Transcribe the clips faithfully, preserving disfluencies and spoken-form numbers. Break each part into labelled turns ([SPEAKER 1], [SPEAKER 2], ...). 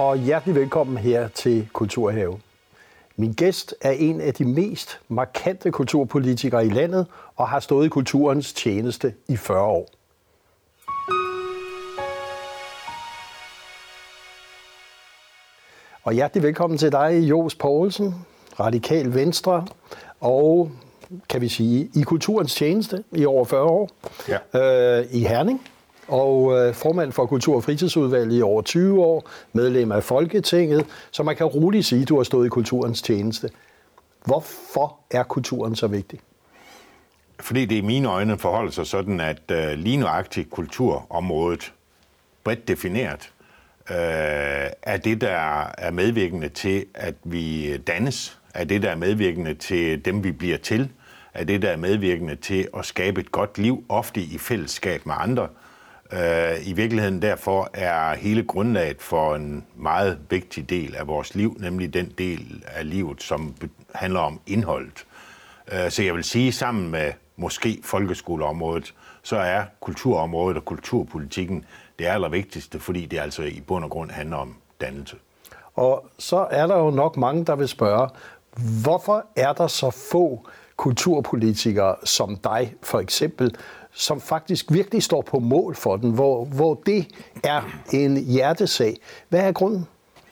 [SPEAKER 1] og hjertelig velkommen her til Kulturhave. Min gæst er en af de mest markante kulturpolitikere i landet og har stået i kulturens tjeneste i fyrre år. Og hjertelig velkommen til dig, Johs Poulsen, Radikal Venstre, og kan vi sige, i kulturens tjeneste i over fyrre år, ja. øh, i Herning, og øh, formand for Kultur- og Fritidsudvalget i over tyve år, medlem af Folketinget, så man kan roligt sige, at du har stået i kulturens tjeneste. Hvorfor er kulturen så vigtig?
[SPEAKER 2] Fordi det i mine øjne forholder sig sådan, at øh, lige nøjagtigt kulturområdet, bredt defineret, øh, er det, der er medvirkende til, at vi dannes, er det, der er medvirkende til dem, vi bliver til, er det, der er medvirkende til at skabe et godt liv, ofte i fællesskab med andre. Øh, I virkeligheden derfor er hele grundlaget for en meget vigtig del af vores liv, nemlig den del af livet, som handler om indholdet. Øh, så jeg vil sige, sammen med måske folkeskoleområdet, så er kulturområdet og kulturpolitikken det allervigtigste, fordi det altså i bund og grund handler om dannelse.
[SPEAKER 1] Og så er der jo nok mange, der vil spørge, hvorfor er der så få kulturpolitikere som dig, for eksempel, som faktisk virkelig står på mål for den, hvor, hvor det er en hjertesag? Hvad er grunden?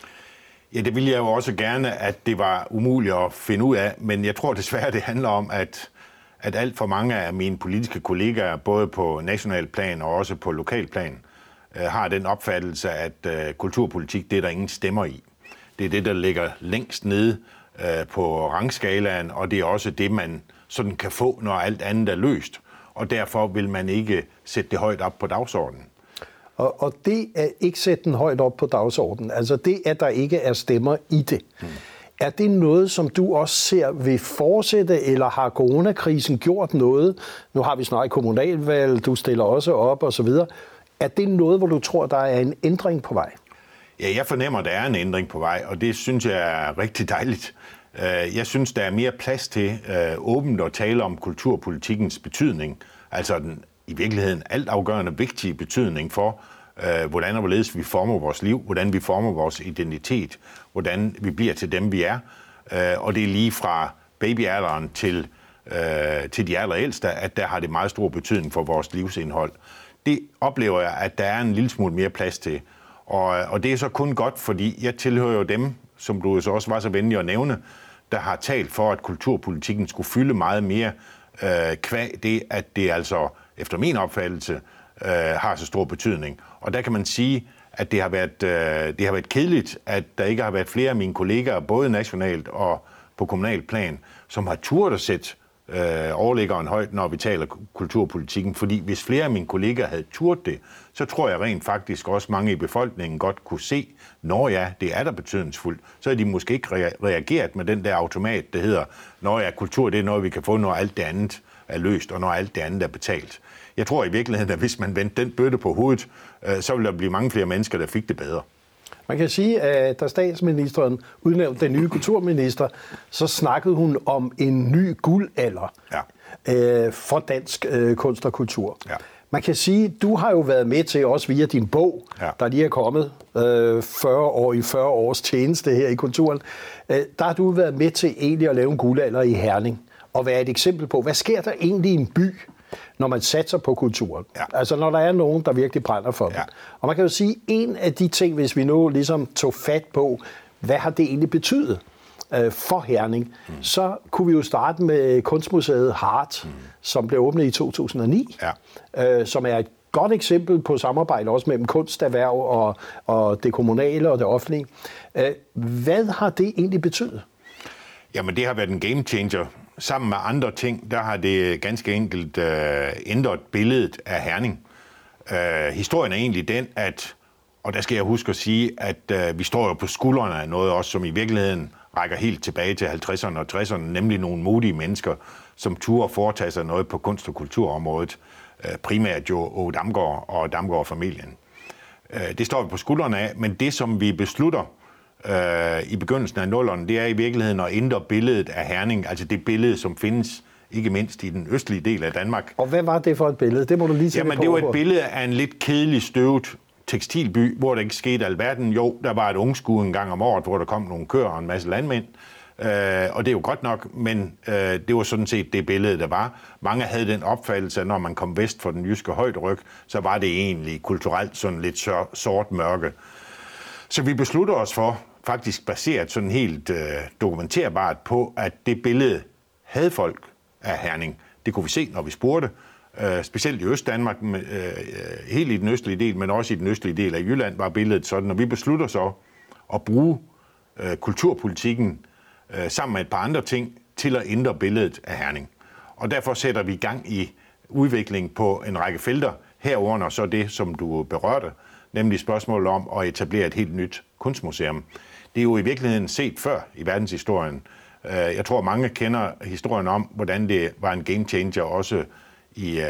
[SPEAKER 2] Ja, det ville jeg jo også gerne, at det var umuligt at finde ud af, men jeg tror desværre, det handler om, at, at alt for mange af mine politiske kollegaer, både på national plan og også på lokal plan, øh, har den opfattelse, at øh, kulturpolitik, det er der ingen stemmer i. Det er det, der ligger længst nede øh, på rangskalaen, og det er også det, man sådan kan få, når alt andet er løst. Og derfor vil man ikke sætte det højt op på dagsordenen.
[SPEAKER 1] Og, og det er ikke sætte den højt op på dagsordenen, altså det, at der ikke er stemmer i det. Hmm. Er det noget, som du også ser vil fortsætte, eller har coronakrisen gjort noget? Nu har vi snart kommunalvalg, du stiller også op og så videre. Er det noget, hvor du tror, der er en ændring på vej?
[SPEAKER 2] Ja, jeg fornemmer, at der er en ændring på vej, og det synes jeg er rigtig dejligt. Jeg synes, der er mere plads til åbent at tale om kulturpolitikkens betydning, altså den i virkeligheden altafgørende vigtige betydning for, hvordan og hvorledes vi former vores liv, hvordan vi former vores identitet, hvordan vi bliver til dem, vi er. Og det er lige fra babyalderen til, til de allerældste, at der har det meget stor betydning for vores livsindhold. Det oplever jeg, at der er en lille smule mere plads til. Og, og det er så kun godt, fordi jeg tilhører jo dem, som du så også var så venlig at nævne, der har talt for, at kulturpolitikken skulle fylde meget mere øh, kvad det, at det altså, efter min opfattelse, øh, har så stor betydning. Og der kan man sige, at det har været, øh, det har været kedeligt, at der ikke har været flere af mine kollegaer, både nationalt og på kommunal plan, som har turt at sætte øh, overliggeren højt, når vi taler kulturpolitikken. Fordi hvis flere af mine kollegaer havde turt det, så tror jeg rent faktisk også mange i befolkningen godt kunne se, når ja, det er der betydningsfuldt, så er de måske ikke reageret med den der automat, der hedder, når ja, kultur det er noget, vi kan få, når alt det andet er løst, og når alt det andet er betalt. Jeg tror i virkeligheden, at hvis man vendte den bøtte på hovedet, øh, så ville der blive mange flere mennesker, der fik det bedre.
[SPEAKER 1] Man kan sige, at da statsministeren udnævnte den nye kulturminister, så snakkede hun om en ny guldalder ja. øh, for dansk øh, kunst og kultur. Ja. Man kan sige, at du har jo været med til, også via din bog, ja. der lige er kommet øh, fyrre år i fyrre års tjeneste her i kulturen, øh, der har du været med til egentlig at lave en guldalder i Herning, og være et eksempel på, hvad sker der egentlig i en by, når man satser på kulturen. Ja. Altså når der er nogen, der virkelig brænder for ja. den. Og man kan jo sige, en af de ting, hvis vi nu ligesom tog fat på, hvad har det egentlig betydet øh, for Herning, mm. så kunne vi jo starte med Kunstmuseet Hart, mm. som blev åbnet i to tusind og ni, ja. øh, som er et godt eksempel på samarbejde også mellem kunsterhverv og, og det kommunale og det offentlige. Øh, hvad har det egentlig betydet?
[SPEAKER 2] Jamen det har været en game changer. Sammen med andre ting, der har det ganske enkelt øh, ændret billedet af Herning. Øh, historien er egentlig den, at, og der skal jeg huske at sige, at øh, vi står jo på skuldrene af noget også, som i virkeligheden rækker helt tilbage til halvtredserne og tresserne, nemlig nogle modige mennesker, som turde foretage sig noget på kunst- og kulturområdet, øh, primært jo Åge Damgaard og Damgaard-familien. Øh, det står vi på skuldrene af, men det, som vi beslutter i begyndelsen af nullerne, det er i virkeligheden at ændre billedet af Herning, altså det billede, som findes ikke mindst i den østlige del af Danmark.
[SPEAKER 1] Og hvad var det for et billede? Det må du lige sige.
[SPEAKER 2] Jamen, det var et billede af en lidt kedelig, støvet tekstilby, hvor der ikke skete alverden. Jo, der var et ungskue en gang om året, hvor der kom nogle køer og en masse landmænd. Uh, og det er jo godt nok, men uh, det var sådan set det billede, der var. Mange havde den opfattelse, at når man kom vest for den jyske højderyg, så var det egentlig kulturelt sådan lidt sort mørke. Så vi beslutter os for, faktisk baseret sådan helt uh, dokumenterbart på, at det billede havde folk af Herning. Det kunne vi se, når vi spurgte. Uh, specielt i Østdanmark, uh, helt i den østlige del, men også i den østlige del af Jylland, var billedet sådan. Og vi beslutter så at bruge uh, kulturpolitikken uh, sammen med et par andre ting til at ændre billedet af Herning. Og derfor sætter vi i gang i udvikling på en række felter, herunder så det, som du berørte, nemlig spørgsmålet om at etablere et helt nyt kunstmuseum. Det er jo i virkeligheden set før i verdenshistorien. Jeg tror, mange kender historien om, hvordan det var en game changer også i,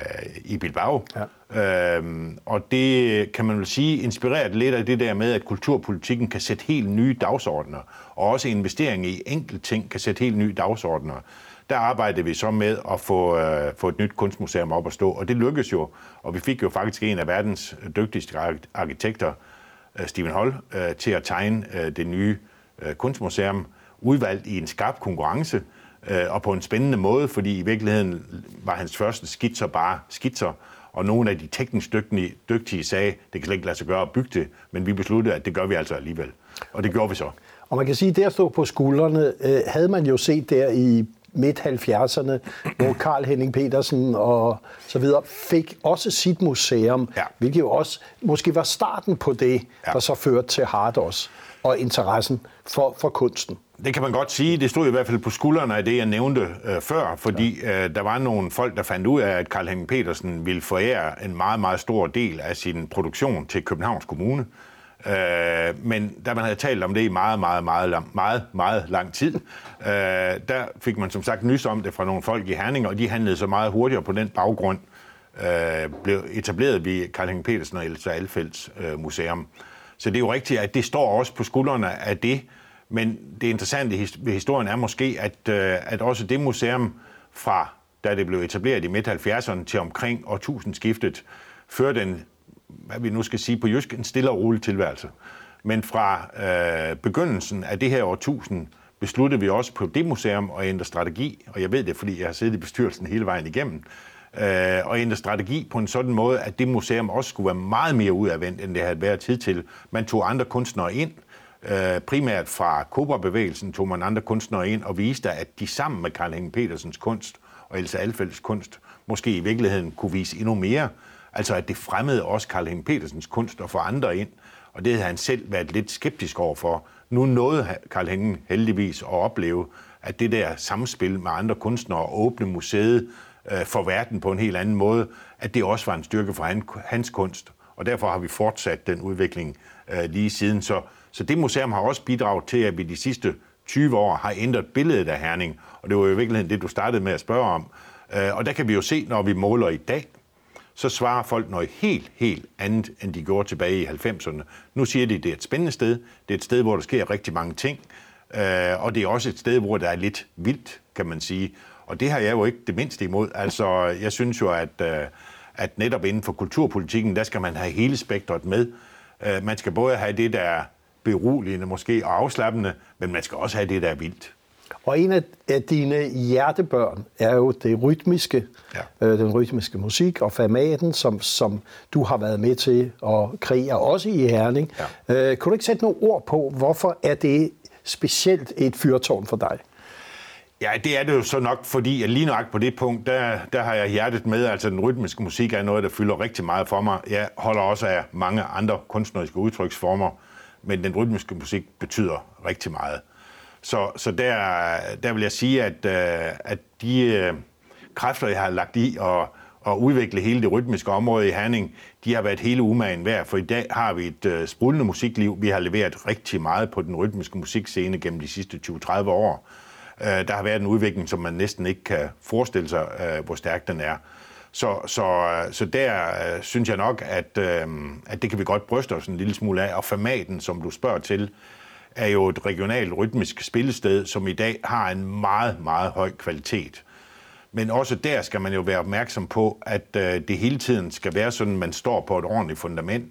[SPEAKER 2] i Bilbao. Ja. Øhm, og det kan man vel sige inspireret lidt af det der med, at kulturpolitikken kan sætte helt nye dagsordner, og også investering i enkelte ting kan sætte helt nye dagsordner. Der arbejdede vi så med at få, øh, få et nyt kunstmuseum op at stå, og det lykkedes jo, og vi fik jo faktisk en af verdens dygtigste arkitekter, Stephen Holl, øh, til at tegne øh, det nye øh, kunstmuseum, udvalgt i en skarp konkurrence, øh, og på en spændende måde, fordi i virkeligheden var hans første skitser bare skitser, og nogle af de teknisk dygtige, dygtige sagde, det kan slet ikke lade sig gøre at bygge det, men vi besluttede, at det gør vi altså alligevel. Og det gjorde vi så.
[SPEAKER 1] Og man kan sige, at det at stå på skuldrene, øh, havde man jo set der i midt halvfjerdserne, hvor Carl Henning Petersen og så videre fik også sit museum, ja. Hvilket jo også måske var starten på det, ja. Der så førte til Hardos og interessen for, for kunsten.
[SPEAKER 2] Det kan man godt sige. Det stod i hvert fald på skuldrene af det, jeg nævnte øh, før, fordi ja. øh, der var nogle folk, der fandt ud af, at Carl Henning Petersen ville forære en meget, meget stor del af sin produktion til Københavns Kommune. Øh, men da man havde talt om det i meget, meget, meget, meget, meget, meget lang tid, øh, der fik man som sagt nys om det fra nogle folk i Herning, og de handlede så meget hurtigere på den baggrund, øh, blev etableret ved Carl Henning Petersen og Elsa Alfelds øh, museum. Så det er jo rigtigt, at det står også på skuldrene af det, men det interessante ved historien er måske, at, øh, at også det museum fra, da det blev etableret i midt halvfjerdserne til omkring årtusindskiftet, førte en, hvad vi nu skal sige på jysk, en stille og rolig tilværelse. Men fra øh, begyndelsen af det her årtusind besluttede vi også på det museum at ændre strategi, og jeg ved det, fordi jeg har siddet i bestyrelsen hele vejen igennem, øh, og ændre strategi på en sådan måde, at det museum også skulle være meget mere udadvendt, end det havde været tid til. Man tog andre kunstnere ind, øh, primært fra Cobra-bevægelsen tog man andre kunstnere ind og viste, at de sammen med Carl Henning Petersens kunst og Elsa Alfelds kunst måske i virkeligheden kunne vise endnu mere. Altså at det fremmede også Carl Henning Petersens kunst og få andre ind, og det havde han selv været lidt skeptisk overfor. Nu nåede Carl Henning heldigvis at opleve, at det der samspil med andre kunstnere og åbne museet øh, for verden på en helt anden måde, at det også var en styrke for han, hans kunst. Og derfor har vi fortsat den udvikling øh, lige siden. Så, så det museum har også bidraget til, at vi de sidste tyve år har ændret billedet af Herning. Og det var jo i virkeligheden det, du startede med at spørge om. Øh, og der kan vi jo se, når vi måler i dag, så svarer folk noget helt, helt andet, end de gjorde tilbage i halvfemserne. Nu siger de, at det er et spændende sted. Det er et sted, hvor der sker rigtig mange ting. Øh, og det er også et sted, hvor der er lidt vildt, kan man sige. Og det har jeg jo ikke det mindste imod. Altså, jeg synes jo, at, øh, at netop inden for kulturpolitikken, der skal man have hele spektret med. Øh, man skal både have det, der er beroligende måske og afslappende, men man skal også have det, der er vildt.
[SPEAKER 1] Og en af dine hjertebørn er jo det rytmiske, ja. øh, den rytmiske musik og formaten, som, som du har været med til at kreere, også i Herning. Ja. Øh, kunne du ikke sætte nogle ord på, hvorfor er det specielt et fyrtårn for dig?
[SPEAKER 2] Ja, det er det jo så nok, fordi lige nok på det punkt, der, der har jeg hjertet med. Altså den rytmiske musik er noget, der fylder rigtig meget for mig. Jeg holder også af mange andre kunstneriske udtryksformer, men den rytmiske musik betyder rigtig meget. Så, så der, der vil jeg sige, at, at de øh, kræfter, jeg har lagt i at, at udvikle hele det rytmiske område i Herning, de har været hele umagen værd, for i dag har vi et øh, sprudlende musikliv. Vi har leveret rigtig meget på den rytmiske musikscene gennem de sidste tyve til tredive år. Øh, der har været en udvikling, som man næsten ikke kan forestille sig, øh, hvor stærk den er. Så, så, så der øh, synes jeg nok, at, øh, at det kan vi godt bryste os en lille smule af. Og formaten, som du spørger til, er jo et regionalt rytmisk spillested, som i dag har en meget, meget høj kvalitet. Men også der skal man jo være opmærksom på, at øh, det hele tiden skal være sådan, at man står på et ordentligt fundament.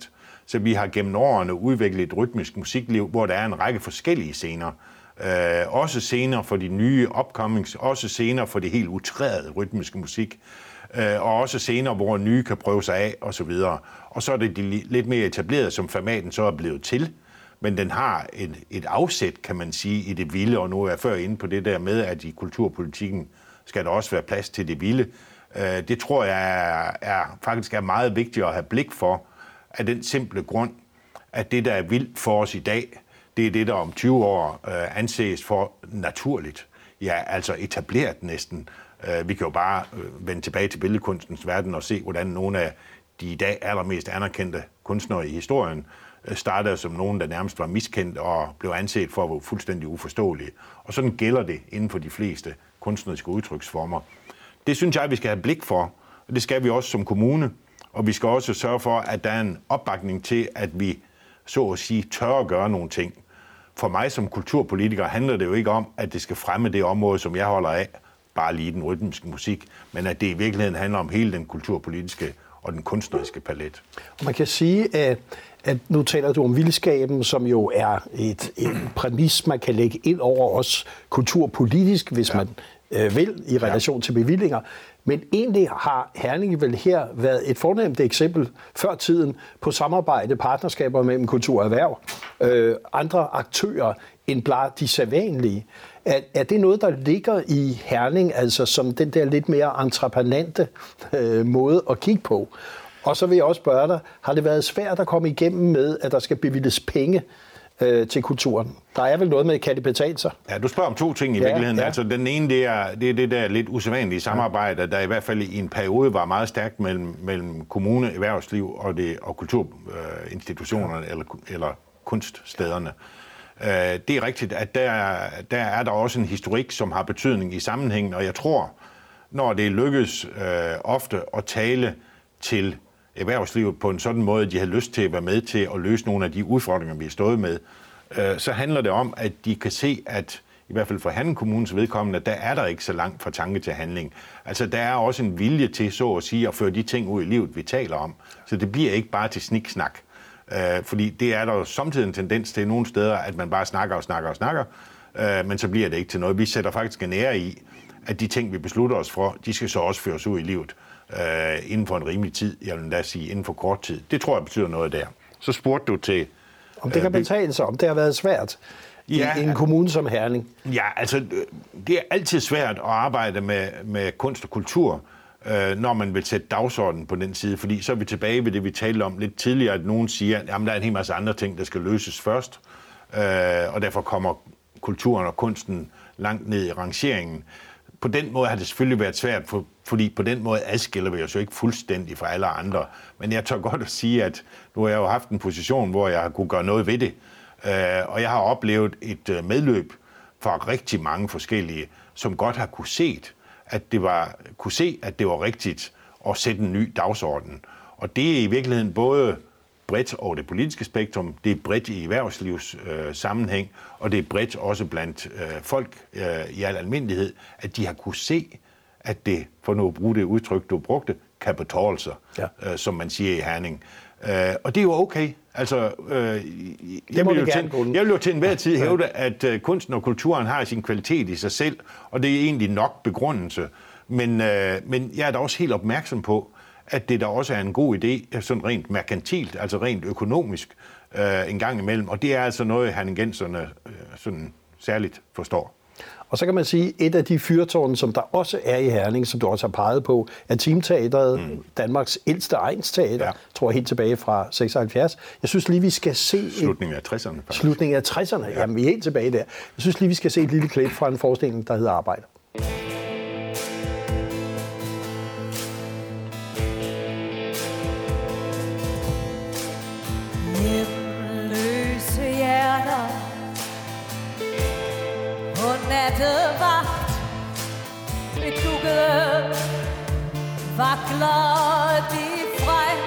[SPEAKER 2] Så vi har gennem årene udviklet et rytmisk musikliv, hvor der er en række forskellige scener. Øh, også scener for de nye upcomings, også scener for det helt utrærede rytmiske musik, øh, og også scener, hvor nye kan prøve sig af, og så videre. Og så er det de lidt mere etableret, som formaten så er blevet til, men den har et, et afsæt, kan man sige, i det vilde, og nu er jeg før inde på det der med, at i kulturpolitikken skal der også være plads til det vilde. Øh, det tror jeg er, er, faktisk er meget vigtigt at have blik for, af den simple grund, at det, der er vildt for os i dag, det er det, der om tyve år øh, anses for naturligt. Ja, altså etableret næsten. Øh, vi kan jo bare øh, vende tilbage til billedkunstens verden og se, hvordan nogle af de i dag allermest anerkendte kunstnere i historien øh, startede som nogen, der nærmest var miskendt og blev anset for at være fuldstændig uforståelige. Og sådan gælder det inden for de fleste kunstneriske udtryksformer. Det synes jeg, vi skal have blik for, og det skal vi også som kommune. Og vi skal også sørge for, at der er en opbakning til, at vi så at sige tør at gøre nogle ting. For mig som kulturpolitiker handler det jo ikke om, at det skal fremme det område, som jeg holder af, bare lige den rytmiske musik, men at det i virkeligheden handler om hele den kulturpolitiske og den kunstneriske palet.
[SPEAKER 1] Og man kan sige, at, at nu taler du om vildskaben, som jo er et, en præmis, man kan lægge ind over os kulturpolitisk, hvis ja. man øh, vil, i relation ja. til bevillinger. Men egentlig har Herning vel her været et fornemt eksempel før tiden på samarbejde, partnerskaber mellem kultur og erhverv, øh, andre aktører end blot de sædvanlige. Er, er det noget, der ligger i Herning, altså som den der lidt mere entreprenante øh, måde at kigge på? Og så vil jeg også spørge dig, har det været svært at komme igennem med, at der skal bevilges penge øh, til kulturen? Der er vel noget med, kan det betale sig?
[SPEAKER 2] Ja, du spørger om to ting i ja, virkeligheden. Ja. Altså, den ene, det er, det er det der lidt usædvanlige samarbejde, ja. der i hvert fald i en periode var meget stærkt mellem, mellem kommune, erhvervsliv og, det, og kulturinstitutionerne øh, ja. eller, eller kunststederne. Øh, det er rigtigt, at der, der er der også en historik, som har betydning i sammenhængen, og jeg tror, når det lykkes øh, ofte at tale til erhvervslivet på en sådan måde, at de har lyst til at være med til at løse nogle af de udfordringer, vi har stået med, øh, så handler det om, at de kan se, at i hvert fald for Herning Kommunes vedkommende, der er der ikke så langt fra tanke til handling. Altså, der er også en vilje til, så at sige, at føre de ting ud i livet, vi taler om. Så det bliver ikke bare til sniksnak. Øh, fordi det er der jo samtidig en tendens til nogle steder, at man bare snakker og snakker og snakker, øh, men så bliver det ikke til noget. Vi sætter faktisk en ære i, at de ting, vi beslutter os for, de skal så også føres ud i livet øh, inden for en rimelig tid, jeg vil endda sige inden for kort tid. Det tror jeg betyder noget der. Så spurgte du til...
[SPEAKER 1] Om det kan betale sig, om det har været svært i ja, en kommune som Herning?
[SPEAKER 2] Ja, altså det er altid svært at arbejde med, med kunst og kultur, øh, når man vil sætte dagsordenen på den side, fordi så er vi tilbage ved det, vi talte om lidt tidligere, at nogen siger, at jamen, der er en hel masse andre ting, der skal løses først, øh, og derfor kommer kulturen og kunsten langt ned i rangeringen. På den måde har det selvfølgelig været svært, for, fordi på den måde adskiller vi os jo ikke fuldstændig fra alle andre. Men jeg tør godt at sige, at nu har jeg jo haft en position, hvor jeg har kunne gøre noget ved det. Uh, og jeg har oplevet et uh, medløb fra rigtig mange forskellige, som godt har kunne set, at det var, kunne se, at det var rigtigt at sætte en ny dagsorden. Og det er i virkeligheden både bredt over det politiske spektrum, det er bredt i erhvervslivs øh, sammenhæng, og det er bredt også blandt øh, folk øh, i al almindelighed, at de har kunne se, at det, for nu at bruge det udtryk, du brugte, kan betale sig, ja. øh, som man siger i Herning. Øh, og det er jo okay. Altså, øh, jeg, vil jo til, jeg vil jo til enhver tid hævde, at øh, kunsten og kulturen har sin kvalitet i sig selv, og det er egentlig nok begrundelse. Men, øh, men jeg er da også helt opmærksom på, at det der også er en god idé, sådan rent merkantilt, altså rent økonomisk, øh, en gang imellem. Og det er altså noget, herningenserne øh, sådan særligt forstår.
[SPEAKER 1] Og så kan man sige, at et af de fyrtårne, som der også er i Herning, som du også har peget på, er Teamteatret, mm. Danmarks ældste egnsteater, ja. tror jeg helt tilbage fra seksoghalvfjerds. Jeg synes lige, vi skal se...
[SPEAKER 2] Slutningen af tresserne. Faktisk.
[SPEAKER 1] Slutningen af tresserne, ja. Jamen vi er helt tilbage der. Jeg synes lige, vi skal se et lille klip fra en forestilling, der hedder Arbejde.
[SPEAKER 3] Nattevagt med dukkede vakler de frem.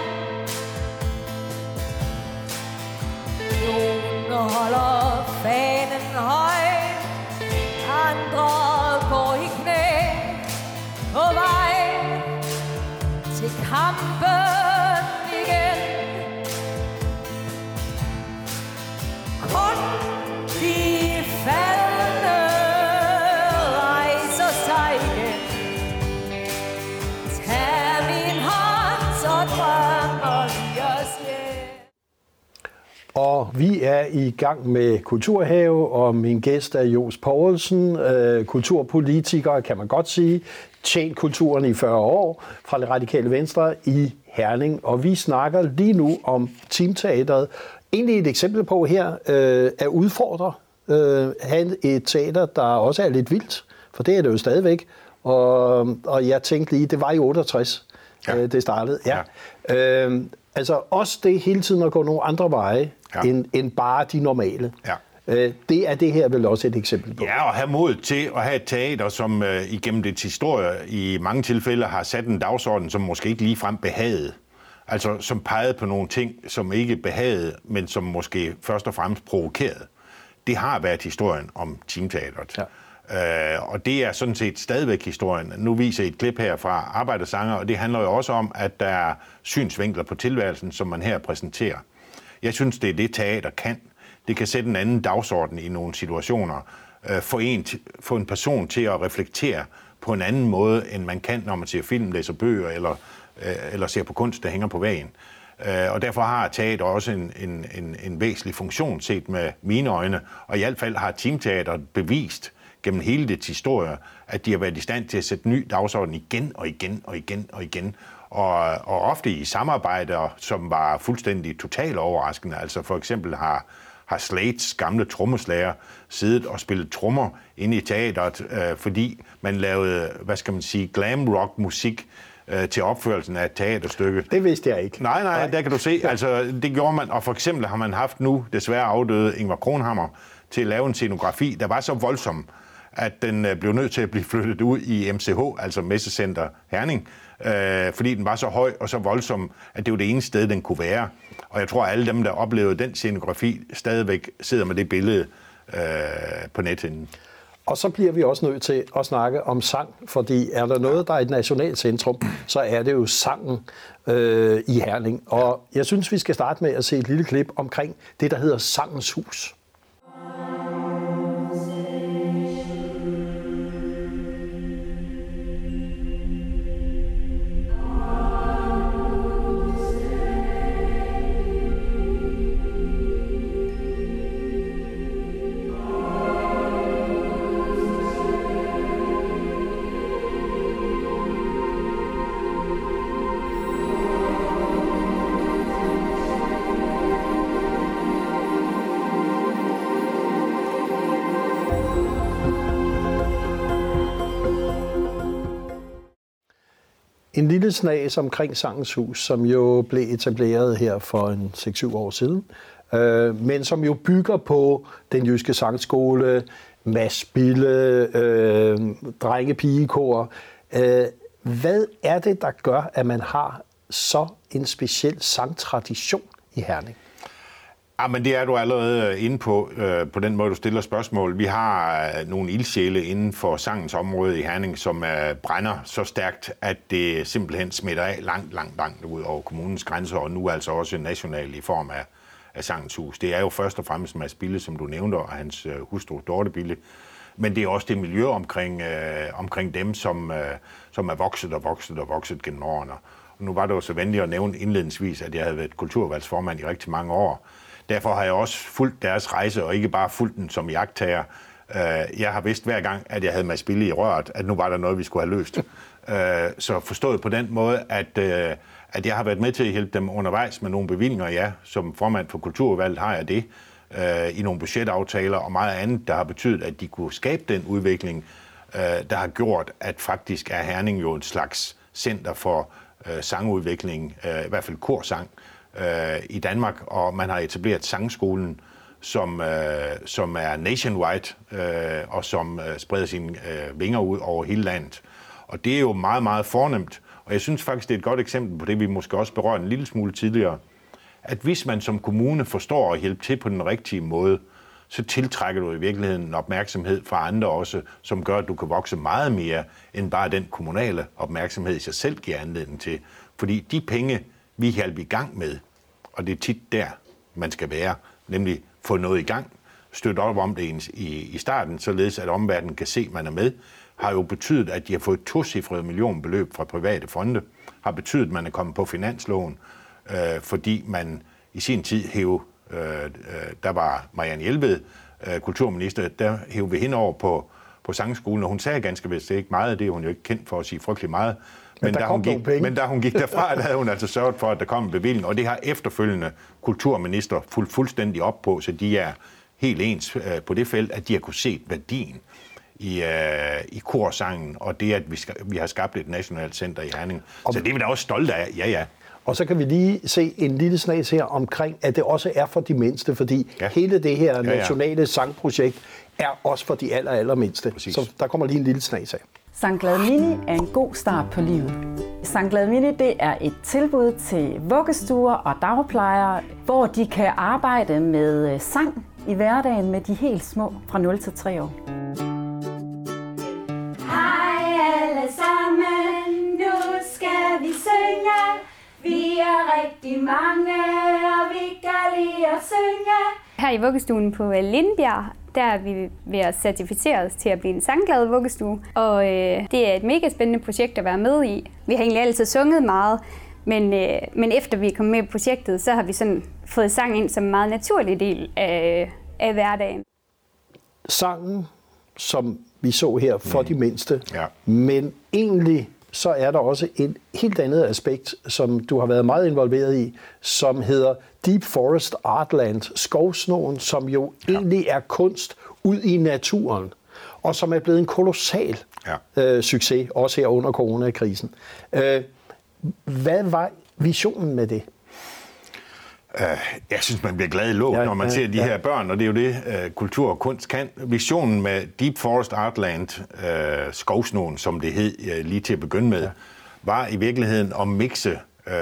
[SPEAKER 3] Nogle holder fanen højt, andre går i knæ på vej til kampen igen.
[SPEAKER 1] Og vi er i gang med Kulturhave, og min gæst er Johs Poulsen, øh, kulturpolitiker, kan man godt sige, tjent kulturen i fyrre år fra Det Radikale Venstre i Herning. Og vi snakker lige nu om Teamteatret. Egentlig et eksempel på her øh, at udfordre øh, have et teater, der også er lidt vildt, for det er det jo stadigvæk. Og, og jeg tænkte lige, det var i otteogtres, ja. øh, det startede. Ja. Ja. Øh, altså også det hele tiden at gå nogle andre veje, ja. end, end bare de normale. Ja. Øh, det er det her vel også et eksempel på.
[SPEAKER 2] Ja, og have mod til at have et teater, som øh, igennem dets historie i mange tilfælde har sat en dagsorden, som måske ikke ligefrem behagede. Altså som pegede på nogle ting, som ikke behagede, men som måske først og fremmest provokerede. Det har været historien om Teamteatret. Ja. Uh, og det er sådan set stadigvæk historien. Nu viser jeg et klip her fra Arbejdersanger, og det handler jo også om, at der er synsvinkler på tilværelsen, som man her præsenterer. Jeg synes, det er det, teater kan. Det kan sætte en anden dagsorden i nogle situationer. Uh, få, en, få en person til at reflektere på en anden måde, end man kan, når man ser film, læser bøger eller, uh, eller ser på kunst, der hænger på væggen. Uh, og derfor har teater også en, en, en, en væsentlig funktion set med mine øjne. Og i hvert fald har Teamteatret bevist, gennem hele dets historie, at de har været i stand til at sætte ny dagsorden igen og igen og igen og igen. Og, og ofte i samarbejder, som var fuldstændig totalt overraskende. Altså for eksempel har, har Slates gamle trommeslager siddet og spillet trommer inde i teateret, øh, fordi man lavede, hvad skal man sige, glam rock musik øh, til opførelsen af et teaterstykke.
[SPEAKER 1] Det vidste jeg ikke.
[SPEAKER 2] Nej, nej, nej. Der kan du se. Altså, det gjorde man, og for eksempel har man haft nu desværre afdøde Ingvar Kronhammer til at lave en scenografi, der var så voldsom, at den blev nødt til at blive flyttet ud i M C H, altså Messecenter Herning, øh, fordi den var så høj og så voldsom, at det var det eneste sted, den kunne være. Og jeg tror, at alle dem, der oplevede den scenografi, stadigvæk sidder med det billede øh, på nethinden.
[SPEAKER 1] Og så bliver vi også nødt til at snakke om sang, fordi er der noget, der er et nationalt centrum, så er det jo sangen øh, i Herning. Og jeg synes, vi skal starte med at se et lille klip omkring det, der hedder Sangens Hus. En lille snas omkring Sangens Hus, som jo blev etableret her for en seks syv år siden, øh, men som jo bygger på den jyske sangskole, Mads Bille, øh, drenge-pigekor. Øh, hvad er det, der gør, at man har så en speciel sangtradition i Herning?
[SPEAKER 2] Ja, men det er du allerede inde på, øh, på den måde, du stiller spørgsmål. Vi har øh, nogle ildsjæle inden for sangens område i Herning, som øh, brænder så stærkt, at det simpelthen smitter af langt, langt, langt ud over kommunens grænser, og nu altså også nationalt i form af, af Sangens Hus. Det er jo først og fremmest Mads Bille, som du nævnte, og hans øh, hustru Dorte Bille, men det er også det miljø omkring, øh, omkring dem, som, øh, som er vokset og vokset og vokset gennem årene. Og nu var det jo så venligt at nævne indledningsvis, at jeg havde været kulturvalgsformand i rigtig mange år. Derfor har jeg også fulgt deres rejse, og ikke bare fulgt den som jagttager. Jeg har vidst hver gang, at jeg havde Mads Bille i røret, at nu var der noget, vi skulle have løst. Så forstået på den måde, at, at jeg har været med til at hjælpe dem undervejs med nogle bevillinger. Ja, som formand for Kulturvalget har jeg det i nogle budgetaftaler og meget andet, der har betydet, at de kunne skabe den udvikling, der har gjort, at faktisk er Herning jo et slags center for sangudvikling, i hvert fald korsang, i Danmark, og man har etableret sangskolen, som, øh, som er nationwide, øh, og som øh, spreder sine øh, vinger ud over hele landet. Og det er jo meget, meget fornemt, og jeg synes faktisk, det er et godt eksempel på det, vi måske også berørte en lille smule tidligere, at hvis man som kommune forstår at hjælpe til på den rigtige måde, så tiltrækker du i virkeligheden en opmærksomhed fra andre også, som gør, at du kan vokse meget mere, end bare den kommunale opmærksomhed i sig selv giver anledning til. Fordi de penge, vi hjælper i gang med, og det er tit der, man skal være, nemlig få noget i gang, støtte op om det i, i starten, således at omverdenen kan se, at man er med, har jo betydet, at de har fået tocifrede millionbeløb fra private fonde, har betydet, at man er kommet på finansloven, øh, fordi man i sin tid hævde øh, der var Marianne Jelved øh, kulturminister, der hævde vi hende over på, på sangskolen, og hun sagde ganske vist ikke meget, det er hun jo ikke kendt for at sige frygtelig meget, men, men, da hun, gik, men da hun gik derfra, der havde hun altså sørget for, at der kom en bevilling, og det har efterfølgende kulturminister fuldt fuldstændig op på, så de er helt ens øh, på det felt, at de har kunne se værdien i, øh, i korsangen, og det, at vi, skal, vi har skabt et nationalt center i Herning. Og så det er vi da også stolte af, ja ja.
[SPEAKER 1] Og så kan vi lige se en lille snas her omkring, at det også er for de mindste, fordi ja. hele det her nationale ja, ja. sangprojekt er også for de aller, aller mindste. Præcis. Så der kommer lige en lille snas af.
[SPEAKER 4] Sankt Glad Mini er en god start på livet. Sankt Glad Mini, det er et tilbud til vuggestuer og dagplejere, hvor de kan arbejde med sang i hverdagen med de helt små fra nul til tre år.
[SPEAKER 5] Hej alle sammen, nu skal vi synge. Vi er rigtig mange, og vi kan lide at synge.
[SPEAKER 6] Her i vuggestuen på Lindbjerg, der er vi ved at certificere os til at blive en sangglad vuggestue. Og øh, det er et mega spændende projekt at være med i. Vi har egentlig altid sunget meget, men, øh, men efter vi er kommet med i projektet, så har vi sådan fået sang ind som en meget naturlig del af, af hverdagen.
[SPEAKER 1] Sangen, som vi så her, for mm. de mindste, ja. men egentlig så er der også et helt andet aspekt, som du har været meget involveret i, som hedder Deep Forest Artland, skovsnogen, som jo ja. egentlig er kunst ud i naturen, og som er blevet en kolossal ja. øh, succes, også her under coronakrisen. Øh, hvad var visionen med det?
[SPEAKER 2] Uh, jeg synes, man bliver glad i låg, ja, når man ja, ser de ja. her børn, og det er jo det, uh, kultur og kunst kan. Visionen med Deep Forest Artland, uh, skovsnogen, som det hed uh, lige til at begynde med, ja. var i virkeligheden at mixe uh,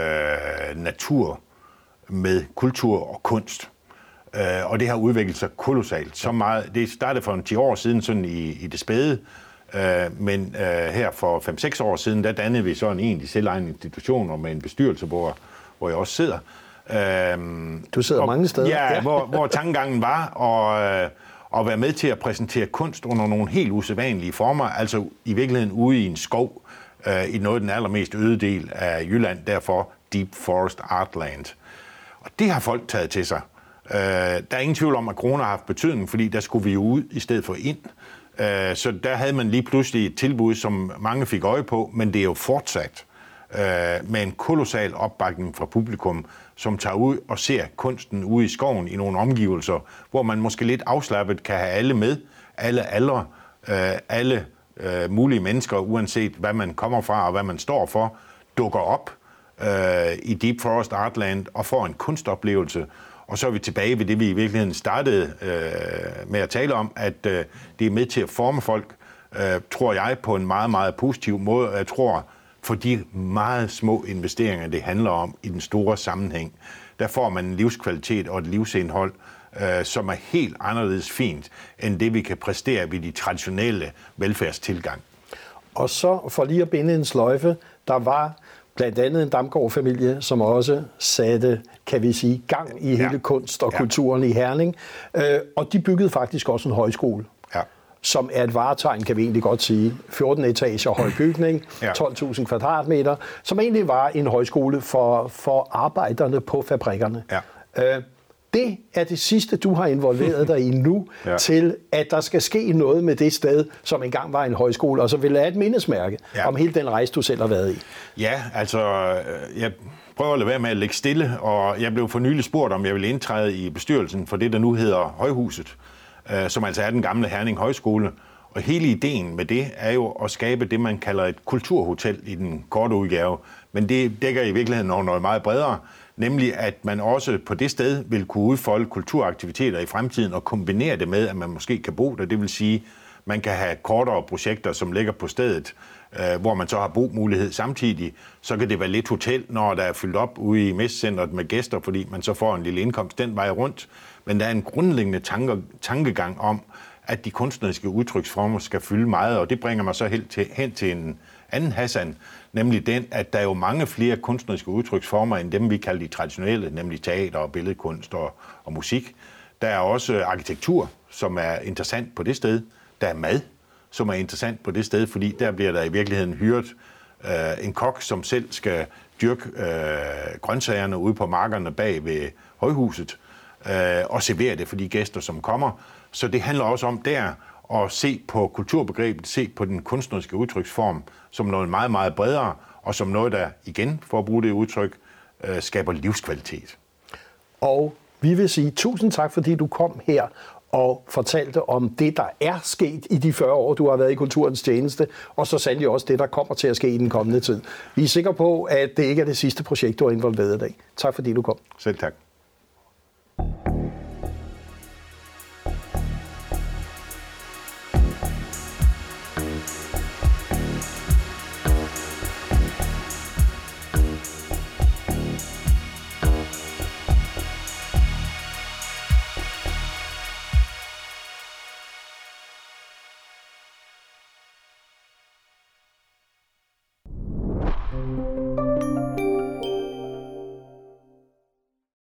[SPEAKER 2] natur med kultur og kunst. Uh, og det har udviklet sig kolossalt. Så meget, det startede for en ti år siden sådan i, i det spæde, uh, men uh, her for fem seks år siden, der dannede vi så en egentlig selvejende institution og med en bestyrelse, hvor, hvor jeg også sidder.
[SPEAKER 1] Øhm, du sidder og, mange steder.
[SPEAKER 2] Ja, ja. hvor, hvor tankegangen var at, øh, at være med til at præsentere kunst under nogle helt usædvanlige former, altså i virkeligheden ude i en skov, øh, i noget af den allermest øde del af Jylland, derfor Deep Forest Artland. Og det har folk taget til sig. Øh, der er ingen tvivl om, at corona har haft betydning, fordi der skulle vi jo ud i stedet for ind. Øh, så der havde man lige pludselig et tilbud, som mange fik øje på, men det er jo fortsat øh, med en kolossal opbakning fra publikum, som tager ud og ser kunsten ude i skoven i nogle omgivelser, hvor man måske lidt afslappet kan have alle med, alle aldre, øh, alle øh, mulige mennesker, uanset hvad man kommer fra og hvad man står for, dukker op øh, i Deep Forest Artland og får en kunstoplevelse. Og så er vi tilbage ved det, vi i virkeligheden startede øh, med at tale om, at øh, det er med til at forme folk, øh, tror jeg, på en meget, meget positiv måde. Jeg tror, for de meget små investeringer, det handler om i den store sammenhæng, der får man en livskvalitet og et livsindhold, øh, som er helt anderledes fint, end det vi kan præstere ved de traditionelle velfærdstilgang.
[SPEAKER 1] Og så for lige at binde en sløjfe, der var blandt andet en Damgaard-familie, som også satte, kan vi sige, gang i hele ja. kunst og ja. kulturen i Herning. Øh, og de byggede faktisk også en højskole. Ja. Som er et varetegn, kan vi egentlig godt sige. fjorten etager høj bygning, ja. tolv tusind kvadratmeter, som egentlig var en højskole for, for arbejderne på fabrikkerne. Ja. Øh, det er det sidste, du har involveret dig i nu, ja. til at der skal ske noget med det sted, som engang var en højskole, og så vil have et mindesmærke ja. om hele den rejse, du selv har været i.
[SPEAKER 2] Ja, altså, jeg prøver at lade være med at ligge stille, og jeg blev for nylig spurgt, om jeg ville indtræde i bestyrelsen for det, der nu hedder Højhuset, som altså er den gamle Herning Højskole. Og hele ideen med det er jo at skabe det, man kalder et kulturhotel i den korte udgave. Men det dækker i virkeligheden over noget meget bredere, nemlig at man også på det sted vil kunne udfolde kulturaktiviteter i fremtiden og kombinere det med, at man måske kan bo der. Det vil sige, man kan have kortere projekter, som ligger på stedet, hvor man så har bomulighed samtidig. Så kan det være lidt hotel, når der er fyldt op ude i messecenteret med gæster, fordi man så får en lille indkomst den vej rundt. Men der er en grundlæggende tanke, tankegang om, at de kunstneriske udtryksformer skal fylde meget, og det bringer mig så helt til, hen til en anden Hassan, nemlig den, at der er jo mange flere kunstneriske udtryksformer end dem, vi kalder de traditionelle, nemlig teater og billedkunst og, og musik. Der er også arkitektur, som er interessant på det sted. Der er mad, som er interessant på det sted, fordi der bliver der i virkeligheden hyret øh, en kok, som selv skal dyrke øh, grøntsagerne ude på markerne bag ved Højhuset. øh, og servere det for de gæster, som kommer. Så det handler også om der at se på kulturbegrebet, se på den kunstneriske udtryksform som noget meget, meget bredere, og som noget, der igen, for at bruge det udtryk, øh, skaber livskvalitet.
[SPEAKER 1] Og vi vil sige tusind tak, fordi du kom her og fortalte om det, der er sket i de fyrre år, du har været i kulturens tjeneste, og så sandelig også det, der kommer til at ske i den kommende tid. Vi er sikre på, at det ikke er det sidste projekt, du har involveret i dag. Tak fordi du kom.
[SPEAKER 2] Selv tak.